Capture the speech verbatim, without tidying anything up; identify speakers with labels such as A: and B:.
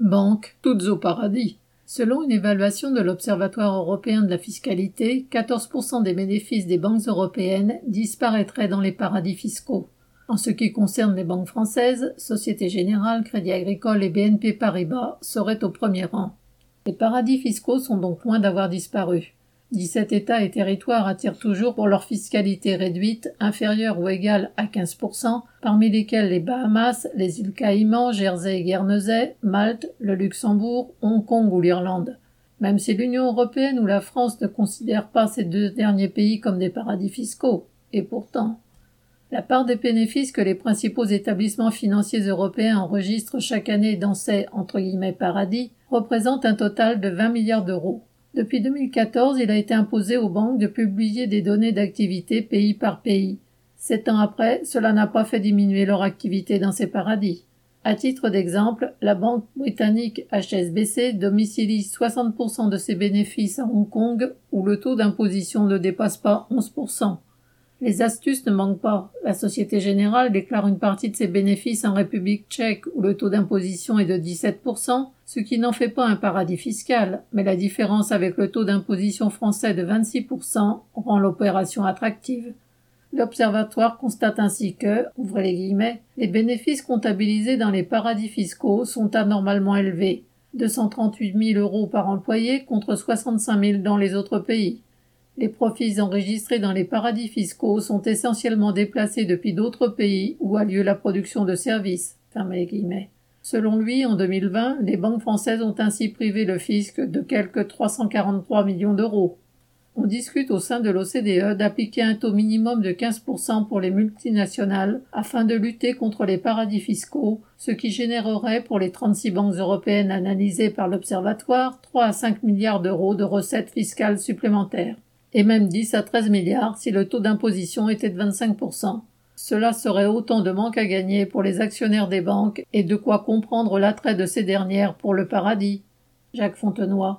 A: Banques, toutes au paradis. Selon une évaluation de l'Observatoire européen de la fiscalité, quatorze pour cent des bénéfices des banques européennes disparaîtraient dans les paradis fiscaux. En ce qui concerne les banques françaises, Société Générale, Crédit Agricole et B N P Paribas seraient au premier rang. Les paradis fiscaux sont donc loin d'avoir disparu. dix-sept États et territoires attirent toujours pour leur fiscalité réduite, inférieure ou égale à quinze pour cent, parmi lesquels les Bahamas, les îles Caïmans, Jersey et Guernesey, Malte, le Luxembourg, Hong Kong ou l'Irlande. Même si l'Union européenne ou la France ne considèrent pas ces deux derniers pays comme des paradis fiscaux. Et pourtant, la part des bénéfices que les principaux établissements financiers européens enregistrent chaque année dans ces entre guillemets, paradis représente un total de vingt milliards d'euros. Depuis deux mille quatorze, il a été imposé aux banques de publier des données d'activité pays par pays. Sept ans après, cela n'a pas fait diminuer leur activité dans ces paradis. À titre d'exemple, la banque britannique H S B C domicilie soixante pour cent de ses bénéfices à Hong Kong, où le taux d'imposition ne dépasse pas onze pour cent. Les astuces ne manquent pas. La Société Générale déclare une partie de ses bénéfices en République tchèque où le taux d'imposition est de dix-sept pour cent, ce qui n'en fait pas un paradis fiscal, mais la différence avec le taux d'imposition français de vingt-six pour cent rend l'opération attractive. L'Observatoire constate ainsi que, ouvrez les guillemets, les bénéfices comptabilisés dans les paradis fiscaux sont anormalement élevés, deux cent trente-huit mille euros par employé contre soixante-cinq mille dans les autres pays. Les profits enregistrés dans les paradis fiscaux sont essentiellement déplacés depuis d'autres pays où a lieu la production de services. Fermez les guillemets. Selon lui, en deux mille vingt, les banques françaises ont ainsi privé le fisc de quelque trois cent quarante-trois millions d'euros. On discute au sein de l'O C D E d'appliquer un taux minimum de quinze pour cent pour les multinationales afin de lutter contre les paradis fiscaux, ce qui générerait pour les trente-six banques européennes analysées par l'Observatoire trois à cinq milliards d'euros de recettes fiscales supplémentaires. Et même dix à treize milliards si le taux d'imposition était de vingt-cinq pour cent. Cela serait autant de manque à gagner pour les actionnaires des banques et de quoi comprendre l'attrait de ces dernières pour le paradis. Jacques Fontenoy.